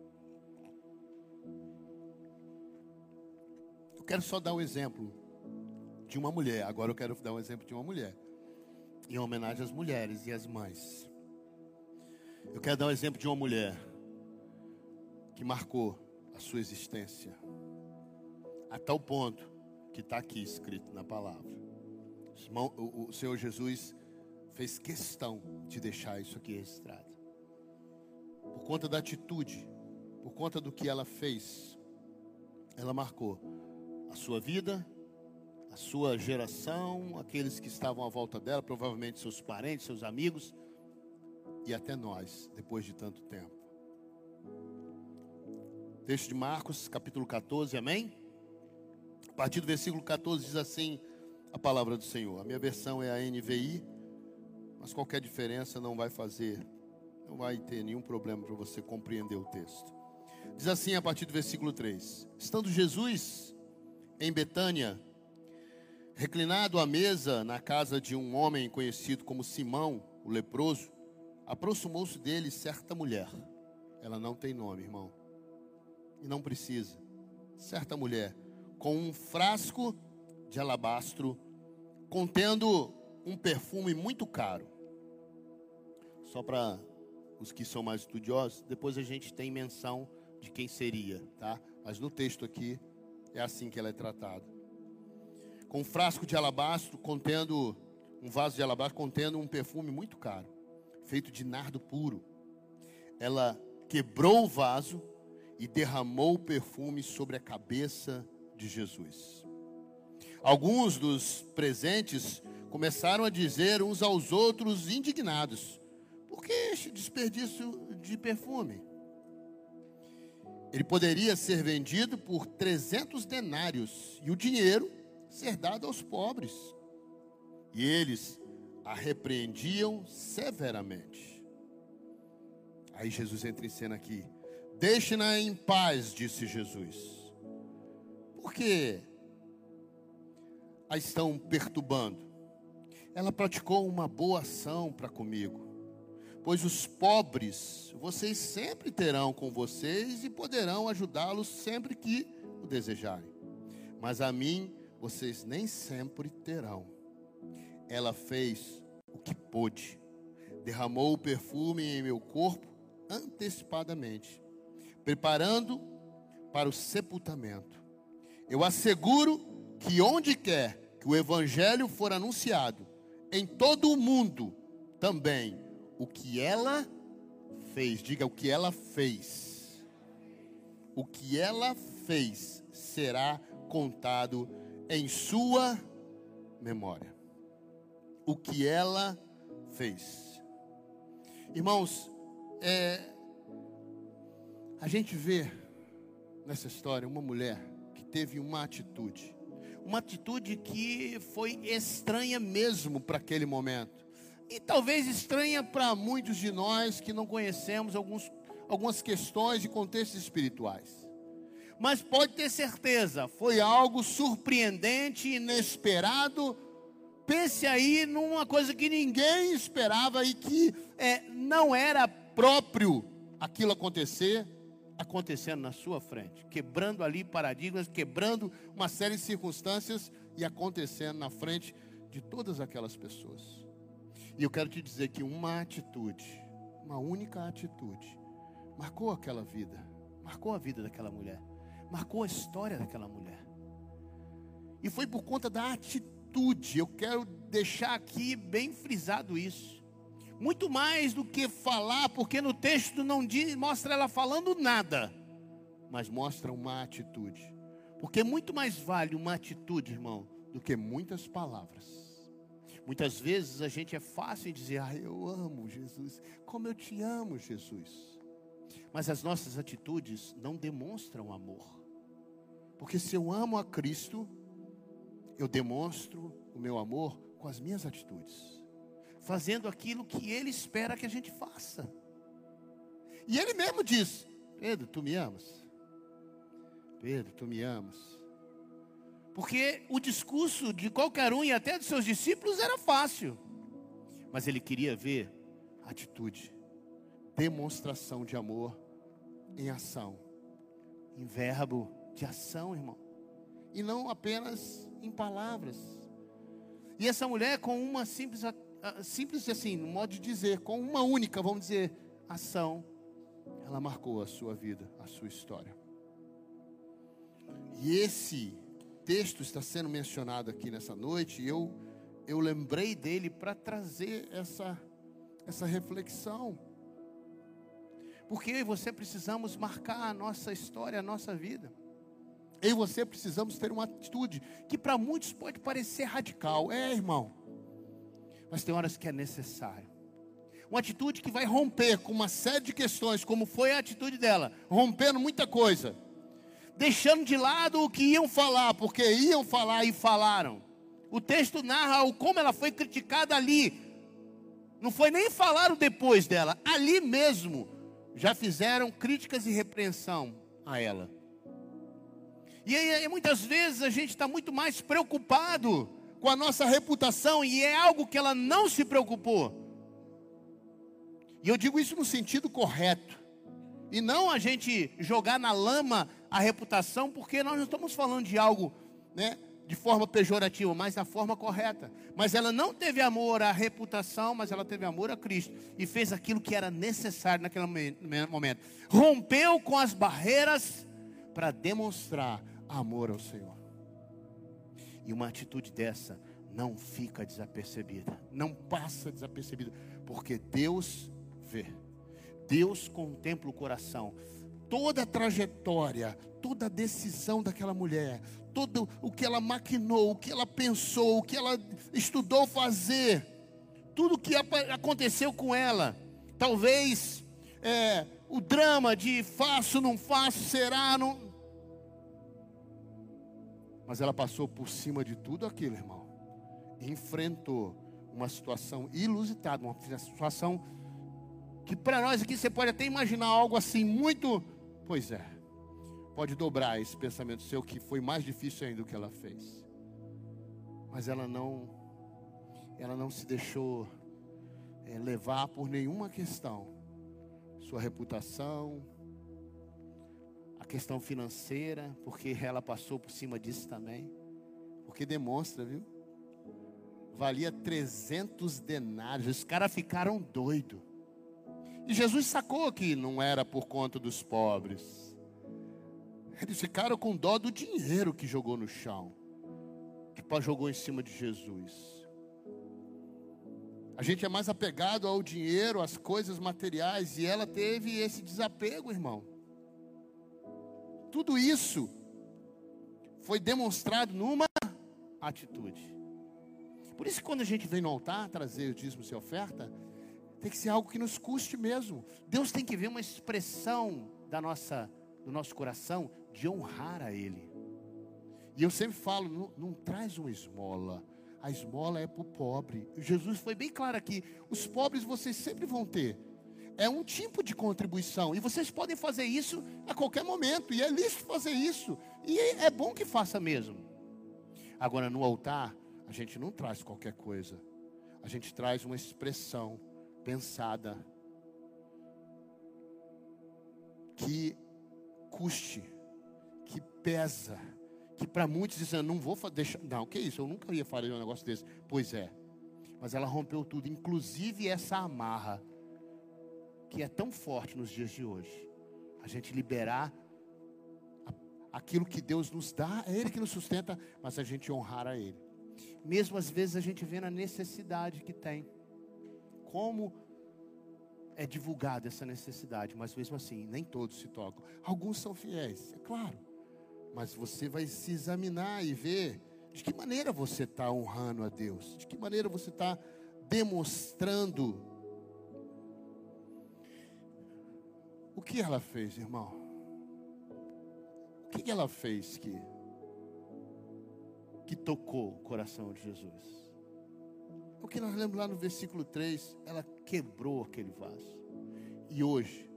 Eu quero só dar um exemplo de uma mulher. Agora eu quero dar um exemplo de uma mulher, em homenagem às mulheres e às mães. Eu quero dar um exemplo de uma mulher que marcou a sua existência, a tal ponto que está aqui escrito na palavra. O Senhor Jesus fez questão de deixar isso aqui registrado. Por conta da atitude, por conta do que ela fez, ela marcou a sua vida, a sua geração, aqueles que estavam à volta dela, provavelmente seus parentes, seus amigos, e até nós, depois de tanto tempo. Texto de Marcos, capítulo catorze, amém? A partir do versículo catorze diz assim a palavra do Senhor. A minha versão é a N V I, mas qualquer diferença não vai fazer, não vai ter nenhum problema para você compreender o texto. Diz assim a partir do versículo três: Estando Jesus em Betânia, reclinado à mesa na casa de um homem conhecido como Simão, o leproso, aproximou-se dele certa mulher. Ela não tem nome, irmão, e não precisa. Certa mulher, com um frasco de alabastro, contendo um perfume muito caro. Só para os que são mais estudiosos, depois a gente tem menção de quem seria, tá? Mas no texto aqui, é assim que ela é tratada. Com um frasco de alabastro, contendo, um vaso de alabastro, contendo um perfume muito caro, feito de nardo puro. Ela quebrou o vaso e derramou o perfume sobre a cabeça de Jesus. Alguns dos presentes começaram a dizer uns aos outros, indignados: por que este desperdício de perfume? Ele poderia ser vendido por trezentos denários e o dinheiro ser dado aos pobres. E eles a repreendiam severamente. Aí Jesus entra em cena aqui. Deixe-na em paz, disse Jesus. Por que a estão perturbando? Ela praticou uma boa ação para comigo. Pois os pobres vocês sempre terão com vocês e poderão ajudá-los sempre que o desejarem. Mas a mim vocês nem sempre terão. Ela fez o que pôde. Derramou o perfume em meu corpo antecipadamente, preparando para o sepultamento. Eu asseguro que onde quer que o evangelho for anunciado, em todo o mundo também, o que ela fez, diga o que ela fez, o que ela fez será contado em sua memória. O que ela fez. Irmãos, é, a gente vê nessa história uma mulher que teve uma atitude, uma atitude que foi estranha mesmo para aquele momento. E talvez estranha para muitos de nós que não conhecemos alguns, algumas questões e contextos espirituais. Mas pode ter certeza, foi algo surpreendente, inesperado. Pense aí numa coisa que ninguém esperava e que é, não era próprio aquilo acontecer, acontecendo na sua frente. Quebrando ali paradigmas, quebrando uma série de circunstâncias e acontecendo na frente de todas aquelas pessoas. E eu quero te dizer que uma atitude, uma única atitude, marcou aquela vida, marcou a vida daquela mulher, marcou a história daquela mulher. E foi por conta da atitude, eu quero deixar aqui bem frisado isso. Muito mais do que falar, porque no texto não diz, mostra ela falando nada, mas mostra uma atitude. Porque muito mais vale uma atitude, irmão, do que muitas palavras. Muitas vezes a gente é fácil em dizer: ah, eu amo Jesus, como eu te amo, Jesus. Mas as nossas atitudes não demonstram amor. Porque se eu amo a Cristo, eu demonstro o meu amor com as minhas atitudes, fazendo aquilo que Ele espera que a gente faça. E Ele mesmo diz: Pedro, tu me amas? Pedro, tu me amas? Porque o discurso de qualquer um e até dos seus discípulos era fácil. Mas ele queria ver atitude, demonstração de amor em ação, em verbo de ação, irmão. E não apenas em palavras. E essa mulher, com uma simples, simples assim, no modo de dizer, com uma única, vamos dizer, ação, ela marcou a sua vida, a sua história. E esse texto está sendo mencionado aqui nessa noite, e eu, eu lembrei dele para trazer essa, essa reflexão. Porque eu e você precisamos marcar a nossa história, a nossa vida. Eu e você precisamos ter uma atitude que para muitos pode parecer radical. É, irmão, mas tem horas que é necessário. Uma atitude que vai romper com uma série de questões, como foi a atitude dela, rompendo muita coisa, deixando de lado o que iam falar, porque iam falar e falaram. O texto narra o como ela foi criticada ali. Não foi nem falar o depois dela, ali mesmo já fizeram críticas e repreensão a ela. E aí, muitas vezes a gente está muito mais preocupado com a nossa reputação, e é algo que ela não se preocupou. E eu digo isso no sentido correto, e não a gente jogar na lama a reputação, porque nós não estamos falando de algo, né, de forma pejorativa, mas da forma correta. Mas ela não teve amor à reputação, mas ela teve amor a Cristo, e fez aquilo que era necessário naquele momento. Rompeu com as barreiras para demonstrar amor ao Senhor. E uma atitude dessa não fica desapercebida, não passa desapercebida, porque Deus vê, Deus contempla o coração. Toda a trajetória, toda a decisão daquela mulher, todo o que ela maquinou, o que ela pensou, o que ela estudou fazer, tudo o que aconteceu com ela, talvez é, o drama de faço, não faço, será, não... Mas ela passou por cima de tudo aquilo, irmão. Enfrentou uma situação inusitada, uma situação que para nós aqui você pode até imaginar algo assim muito... Pois é, pode dobrar esse pensamento seu, que foi mais difícil ainda do que ela fez. Mas ela não, ela não se deixou é, levar por nenhuma questão. Sua reputação, a questão financeira, porque ela passou por cima disso também. Porque demonstra, viu? Valia trezentos denários, os caras ficaram doidos. E Jesus sacou que não era por conta dos pobres. Eles ficaram com dó do dinheiro que jogou no chão, que jogou em cima de Jesus. A gente é mais apegado ao dinheiro, às coisas materiais, e ela teve esse desapego, irmão. Tudo isso foi demonstrado numa atitude. Por isso que quando a gente vem no altar trazer o dízimo e oferta, tem que ser algo que nos custe mesmo. Deus tem que ver uma expressão da nossa, do nosso coração de honrar a Ele. E eu sempre falo, não, não traz uma esmola. A esmola é para o pobre. Jesus foi bem claro aqui. Os pobres vocês sempre vão ter. É um tipo de contribuição. E vocês podem fazer isso a qualquer momento. E é lícito fazer isso. E é, é bom que faça mesmo. Agora no altar, a gente não traz qualquer coisa. A gente traz uma expressão pensada, que custe, que pesa, que para muitos dizem, não vou deixar, não, que isso, eu nunca ia fazer um negócio desse. Pois é, mas ela rompeu tudo, inclusive essa amarra, que é tão forte nos dias de hoje. A gente liberar aquilo que Deus nos dá, é Ele que nos sustenta, mas a gente honrar a Ele. Mesmo às vezes a gente vê na necessidade que tem. Como é divulgada essa necessidade, mas mesmo assim, nem todos se tocam. Alguns são fiéis, é claro. Mas você vai se examinar e ver de que maneira você está honrando a Deus. De que maneira você está demonstrando. O que ela fez, irmão? O que ela fez que, que tocou o coração de Jesus? O que nós lemos lá no versículo três, ela quebrou aquele vaso. E hoje,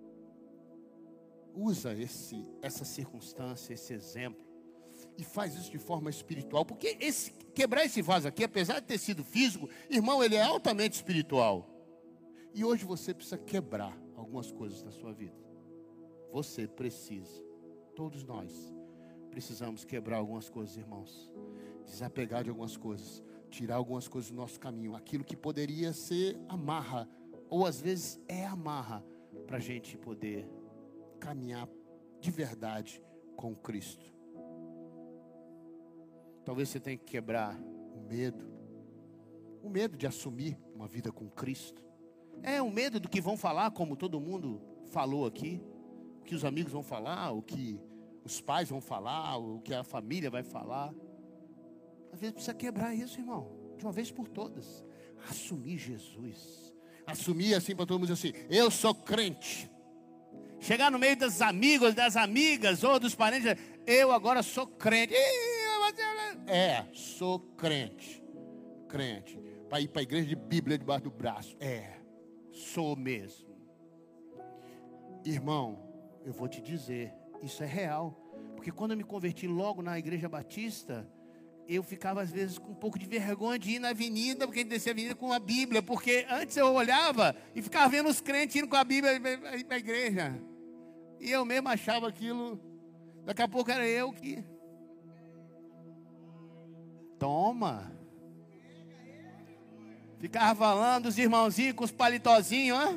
usa esse, essa circunstância, esse exemplo, e faz isso de forma espiritual. Porque esse, quebrar esse vaso aqui, apesar de ter sido físico, irmão, ele é altamente espiritual. E hoje você precisa quebrar algumas coisas da sua vida. Você precisa, todos nós, precisamos quebrar algumas coisas, irmãos. Desapegar de algumas coisas. Tirar algumas coisas do nosso caminho. Aquilo que poderia ser amarra, ou às vezes é amarra, para a gente poder caminhar de verdade com Cristo. Talvez você tenha que quebrar o medo. O medo de assumir uma vida com Cristo. É o medo do que vão falar, como todo mundo falou aqui. O que os amigos vão falar, o que os pais vão falar, o que a família vai falar. Às vezes precisa quebrar isso, irmão, de uma vez por todas. Assumir Jesus. Assumir assim para todo mundo dizer assim, eu sou crente. Chegar no meio dos amigos, das amigas ou dos parentes, eu agora sou crente. É, sou crente. Crente. Para ir para a igreja de Bíblia debaixo do braço. É, sou mesmo. Irmão, eu vou te dizer, Isso é real. Porque quando eu me converti logo na Igreja Batista, eu ficava às vezes com um pouco de vergonha de ir na avenida, porque a gente descia a avenida com a Bíblia, porque antes eu olhava e ficava vendo os crentes indo com a Bíblia para a igreja. E eu mesmo achava aquilo, daqui a pouco era eu que... Toma! Ficava falando, os irmãozinhos com os palitozinhos, ó,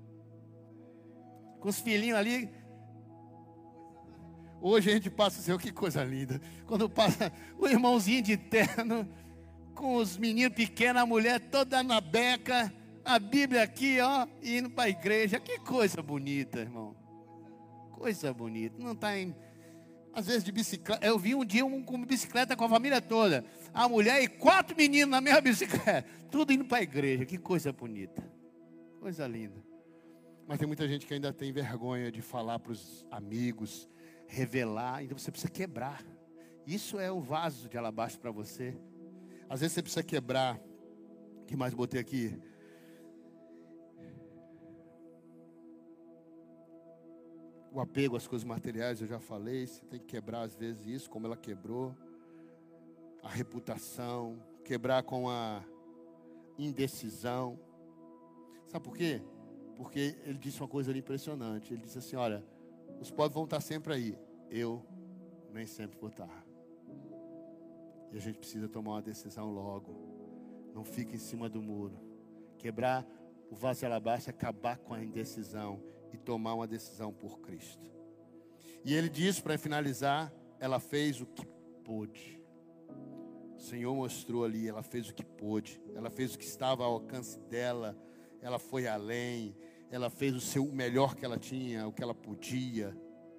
com os filhinhos ali. Hoje a gente passa assim, oh, que coisa linda. Quando passa o irmãozinho de terno, com os meninos pequenos, a mulher toda na beca, a Bíblia aqui, ó, indo para a igreja. Que coisa bonita, irmão. Coisa bonita. Não está em... Às vezes de bicicleta. Eu vi um dia um com bicicleta com a família toda. A mulher e quatro meninos na mesma bicicleta. Tudo indo para a igreja. Que coisa bonita. Coisa linda. Mas tem muita gente que ainda tem vergonha de falar para os amigos, revelar. Então você precisa quebrar. Isso é o vaso de alabastro para você. Às vezes você precisa quebrar. O que mais botei aqui? O apego às coisas materiais, eu já falei. Você tem que quebrar às vezes isso, como ela quebrou. A reputação. Quebrar com a indecisão. Sabe por quê? Porque ele disse uma coisa ali impressionante. Ele disse assim, olha, os pobres vão estar sempre aí. Eu nem sempre vou estar. E a gente precisa tomar uma decisão logo. Não fique em cima do muro. Quebrar o vaso de alabastro, acabar com a indecisão e tomar uma decisão por Cristo. E ele diz, para finalizar, ela fez o que pôde. O Senhor mostrou ali, ela fez o que pôde. Ela fez o que estava ao alcance dela. Ela foi além. Ela fez o seu o melhor que ela tinha, o que ela podia.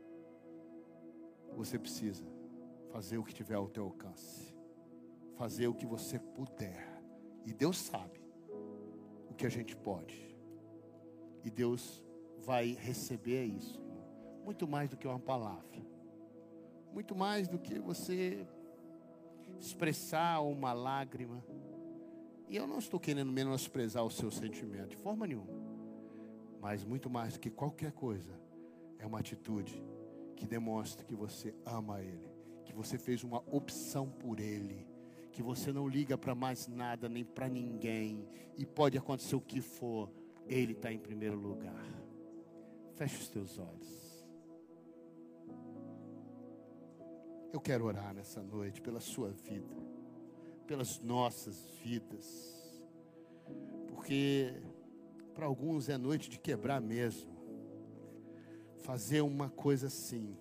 Você precisa fazer o que tiver ao teu alcance. Fazer o que você puder. E Deus sabe o que a gente pode. E Deus vai receber isso. Muito mais do que uma palavra. Muito mais do que você expressar uma lágrima. E eu não estou querendo menosprezar o seu sentimento, de forma nenhuma. Mas muito mais do que qualquer coisa, é uma atitude que demonstra que você ama Ele. Que você fez uma opção por Ele. Que você não liga para mais nada, nem para ninguém. E pode acontecer o que for, Ele está em primeiro lugar. Feche os teus olhos. Eu quero orar nessa noite pela sua vida, pelas nossas vidas, porque para alguns é noite de quebrar mesmo, fazer uma coisa assim.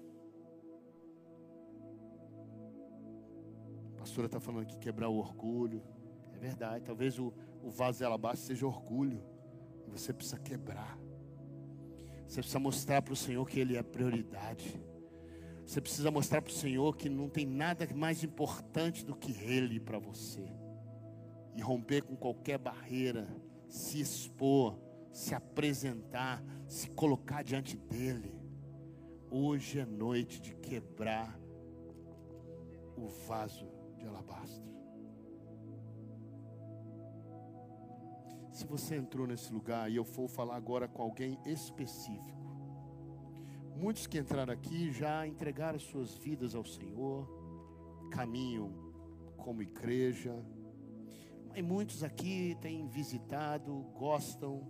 A pastora está falando aqui, quebrar o orgulho. É verdade, talvez o, o vaso de alabastro seja orgulho, e você precisa quebrar. Você precisa mostrar para o Senhor que Ele é prioridade. Você precisa mostrar para o Senhor que não tem nada mais importante do que Ele para você. E romper com qualquer barreira, se expor, se apresentar, se colocar diante dEle. Hoje é noite de quebrar o vaso de alabastro. Se você entrou nesse lugar e eu for falar agora com alguém específico, muitos que entraram aqui já entregaram suas vidas ao Senhor, caminham como igreja, mas muitos aqui têm visitado, gostam,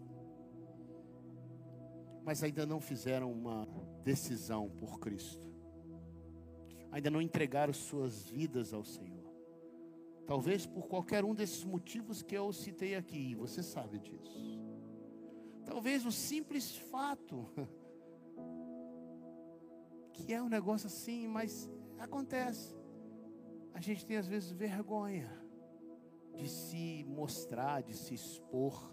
mas ainda não fizeram uma decisão por Cristo, ainda não entregaram suas vidas ao Senhor. Talvez por qualquer um desses motivos que eu citei aqui, você sabe disso. Talvez o simples fato, que é um negócio assim, mas acontece. A gente tem às vezes vergonha de se mostrar, de se expor.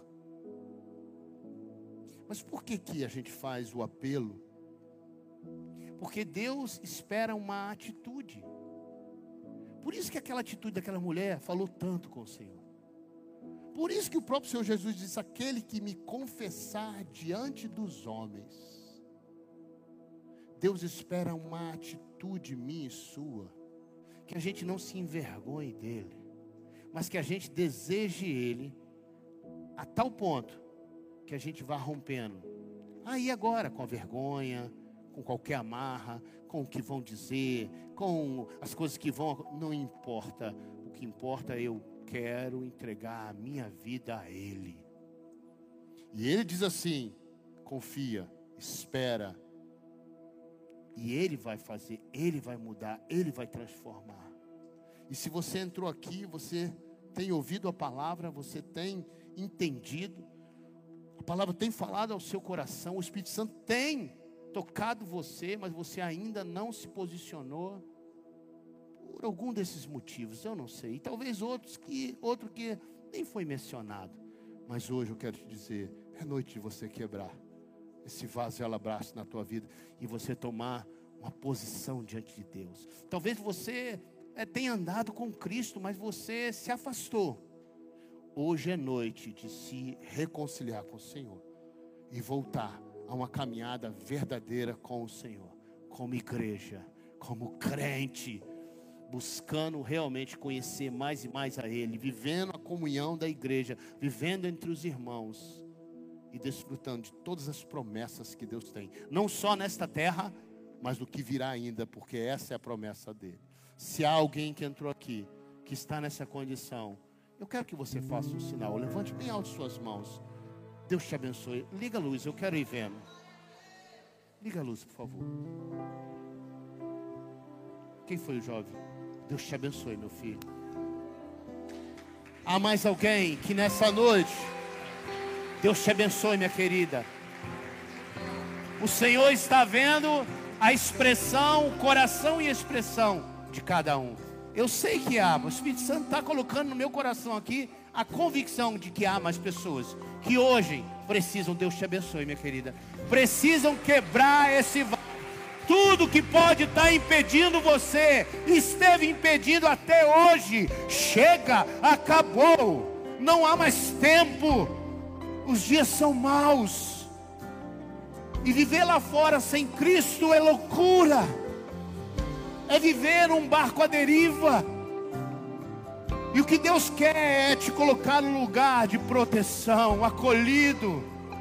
Mas por que que a gente faz o apelo? Porque Deus espera uma atitude. Por isso que aquela atitude daquela mulher falou tanto com o Senhor. Por isso que o próprio Senhor Jesus disse, aquele que me confessar diante dos homens. Deus espera uma atitude minha e sua, que a gente não se envergonhe dele, mas que a gente deseje ele a tal ponto que a gente vá rompendo. Aí agora, com a vergonha, com qualquer amarra, com o que vão dizer, com as coisas que vão, não importa. O que importa é eu quero entregar a minha vida a Ele. E Ele diz assim: confia, espera. E Ele vai fazer, Ele vai mudar, Ele vai transformar. E se você entrou aqui, você tem ouvido a palavra, você tem entendido, a palavra tem falado ao seu coração, o Espírito Santo tem tocado você, mas você ainda não se posicionou por algum desses motivos, eu não sei. E talvez outros que, outro que nem foi mencionado. Mas hoje eu quero te dizer, é noite de você quebrar esse vaso de alabastro na tua vida e você tomar uma posição diante de Deus. Talvez você é, tenha andado com Cristo, mas você se afastou. Hoje é noite de se reconciliar com o Senhor e voltar a uma caminhada verdadeira com o Senhor, como igreja, como crente, buscando realmente conhecer mais e mais a Ele, vivendo a comunhão da igreja, vivendo entre os irmãos e desfrutando de todas as promessas que Deus tem, não só nesta terra, mas do que virá ainda, porque essa é a promessa dele. Se há alguém que entrou aqui, que está nessa condição, eu quero que você faça um sinal, levante bem alto suas mãos. Deus te abençoe. Liga a luz, eu quero ir vendo. Liga a luz, por favor. Quem foi o jovem? Deus te abençoe, meu filho. Há mais alguém que nessa noite, Deus te abençoe, minha querida. O Senhor está vendo a expressão, o coração e a expressão de cada um. Eu sei que há, o Espírito Santo está colocando no meu coração aqui a convicção de que há mais pessoas que hoje precisam, Deus te abençoe, minha querida, precisam quebrar esse vaso. Tudo que pode estar impedindo você, esteve impedindo até hoje, chega, acabou, não há mais tempo, os dias são maus, e viver lá fora sem Cristo é loucura, é viver um barco à deriva. E o que Deus quer é te colocar num lugar de proteção, acolhido,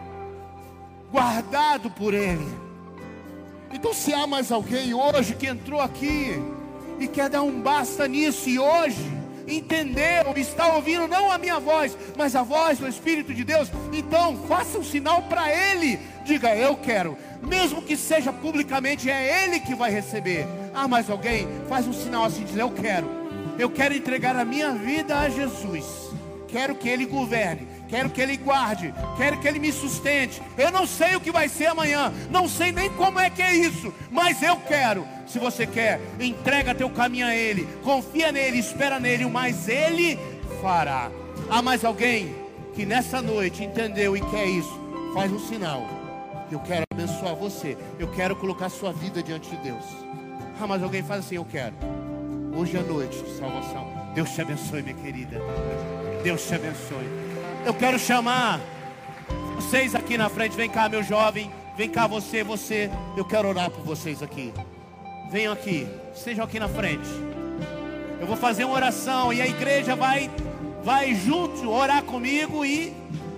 guardado por Ele. Então se há mais alguém hoje que entrou aqui e quer dar um basta nisso, e hoje entendeu, está ouvindo não a minha voz, mas a voz do Espírito de Deus, então faça um sinal para Ele, diga: eu quero, mesmo que seja publicamente, é Ele que vai receber. Ah, mais alguém? Faz um sinal assim, diz: eu quero, eu quero entregar a minha vida a Jesus, quero que Ele governe, quero que Ele guarde, quero que Ele me sustente. Eu não sei o que vai ser amanhã, não sei nem como é que é isso, mas eu quero. Se você quer, entrega teu caminho a Ele, confia nele, espera nele, mas Ele fará. Há mais alguém que nessa noite entendeu e quer isso? Faz um sinal. Eu quero abençoar você, eu quero colocar sua vida diante de Deus. Ah, mas alguém faz assim: eu quero. Hoje é noite de salvação. Deus te abençoe, minha querida. Deus te abençoe. Eu quero chamar vocês aqui na frente. Vem cá, meu jovem. Vem cá, você, você. Eu quero orar por vocês aqui. Venham aqui, estejam aqui na frente. Eu vou fazer uma oração e a igreja vai, vai junto orar comigo e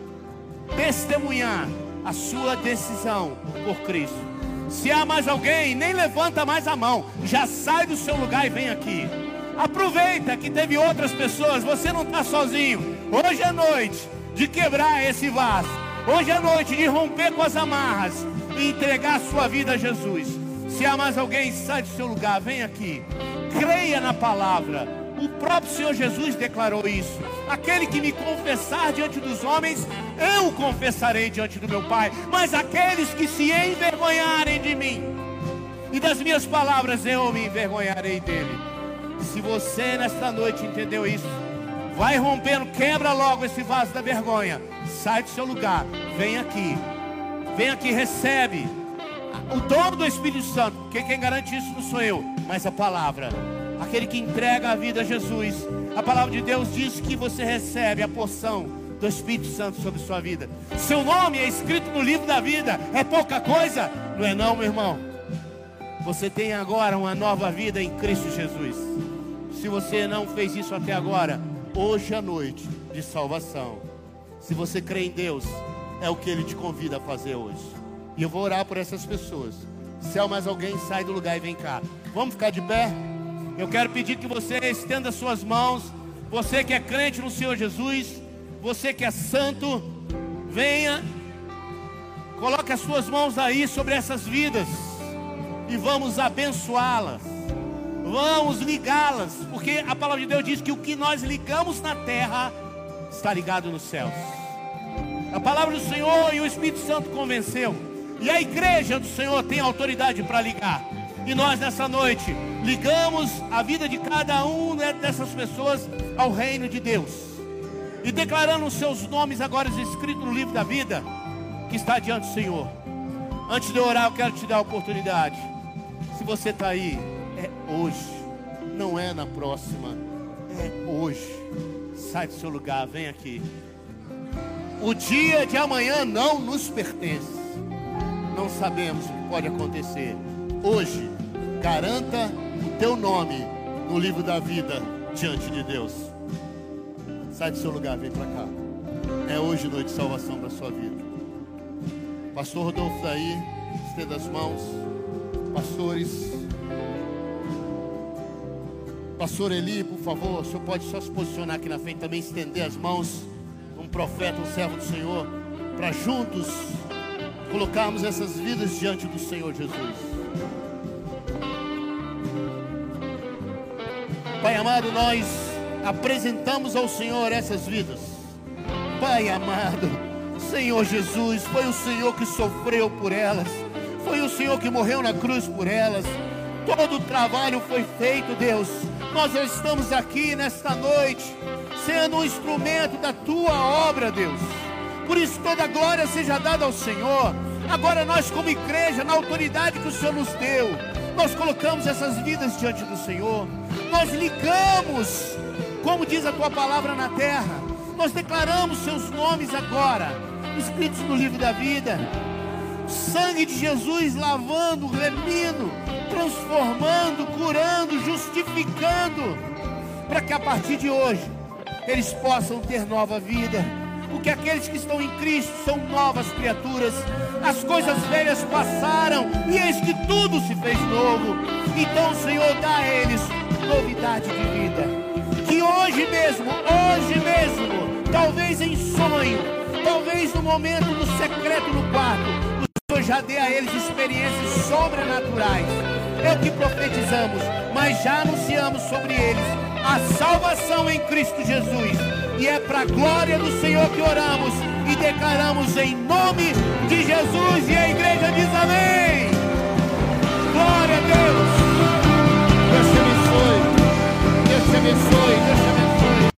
testemunhar a sua decisão por Cristo. Se há mais alguém, nem levanta mais a mão, já sai do seu lugar e vem aqui. Aproveita que teve outras pessoas, você não está sozinho. Hoje é noite de quebrar esse vaso. Hoje é noite de romper com as amarras e entregar a sua vida a Jesus. Se há mais alguém, sai do seu lugar, vem aqui. Creia na palavra. O próprio Senhor Jesus declarou isso: aquele que me confessar diante dos homens, eu o confessarei diante do meu Pai. Mas aqueles que se envergonharem de mim e das minhas palavras, eu me envergonharei dele. Se você nesta noite entendeu isso, vai rompendo, quebra logo esse vaso da vergonha. Sai do seu lugar, vem aqui. Vem aqui, recebe o dom do Espírito Santo, porque quem garante isso não sou eu, mas a palavra. Aquele que entrega a vida a Jesus. A palavra de Deus diz que você recebe a porção do Espírito Santo sobre sua vida. Seu nome é escrito no livro da vida. É pouca coisa? Não é não, meu irmão. Você tem agora uma nova vida em Cristo Jesus. Se você não fez isso até agora, hoje é a noite de salvação. Se você crê em Deus, é o que Ele te convida a fazer hoje. E eu vou orar por essas pessoas. Céu, mais alguém sai do lugar e vem cá. Vamos ficar de pé? Eu quero pedir que você estenda suas mãos. Você que é crente no Senhor Jesus, você que é santo, venha, coloque as suas mãos aí sobre essas vidas e vamos abençoá-las, vamos ligá-las, porque a palavra de Deus diz que o que nós ligamos na terra está ligado nos céus. A palavra do Senhor e o Espírito Santo convenceu, e a igreja do Senhor tem autoridade para ligar. E nós nessa noite ligamos a vida de cada um dessas pessoas ao reino de Deus, e declarando os seus nomes agora escritos no livro da vida que está diante do Senhor. Antes de eu orar, eu quero te dar a oportunidade. Se você está aí, é hoje, não é na próxima, é hoje. Sai do seu lugar, vem aqui. O dia de amanhã não nos pertence, não sabemos o que pode acontecer. Hoje, garanta o teu nome no livro da vida diante de Deus. Sai do seu lugar, vem para cá. É hoje noite de salvação para a sua vida. Pastor Rodolfo está aí, estenda as mãos. Pastores, Pastor Eli, por favor, o senhor pode só se posicionar aqui na frente também, estender as mãos. Um profeta, um servo do Senhor, para juntos colocarmos essas vidas diante do Senhor Jesus. Pai amado, nós apresentamos ao Senhor essas vidas. Pai amado, Senhor Jesus, foi o Senhor que sofreu por elas, foi o Senhor que morreu na cruz por elas. Todo o trabalho foi feito, Deus. Nós já estamos aqui nesta noite, sendo um instrumento da Tua obra, Deus. Por isso toda a glória seja dada ao Senhor. Agora nós como igreja, na autoridade que o Senhor nos deu, nós colocamos essas vidas diante do Senhor. Nós ligamos, como diz a Tua palavra na terra. Nós declaramos Seus nomes agora, escritos no livro da vida. Sangue de Jesus lavando, remindo, transformando, curando, justificando, para que a partir de hoje eles possam ter nova vida. Porque aqueles que estão em Cristo são novas criaturas. As coisas velhas passaram e eis que tudo se fez novo. Então, Senhor, dá a eles novidade de vida. Que hoje mesmo, hoje mesmo, talvez em sonho, talvez no momento, no secreto, no quarto, o Senhor já dê a eles experiências sobrenaturais. É o que profetizamos, mas já anunciamos sobre eles a salvação em Cristo Jesus. E é para a glória do Senhor que oramos e declaramos em nome de Jesus. E a igreja diz amém. Glória a Deus. Deus te abençoe. Deus te abençoe. Deus te abençoe.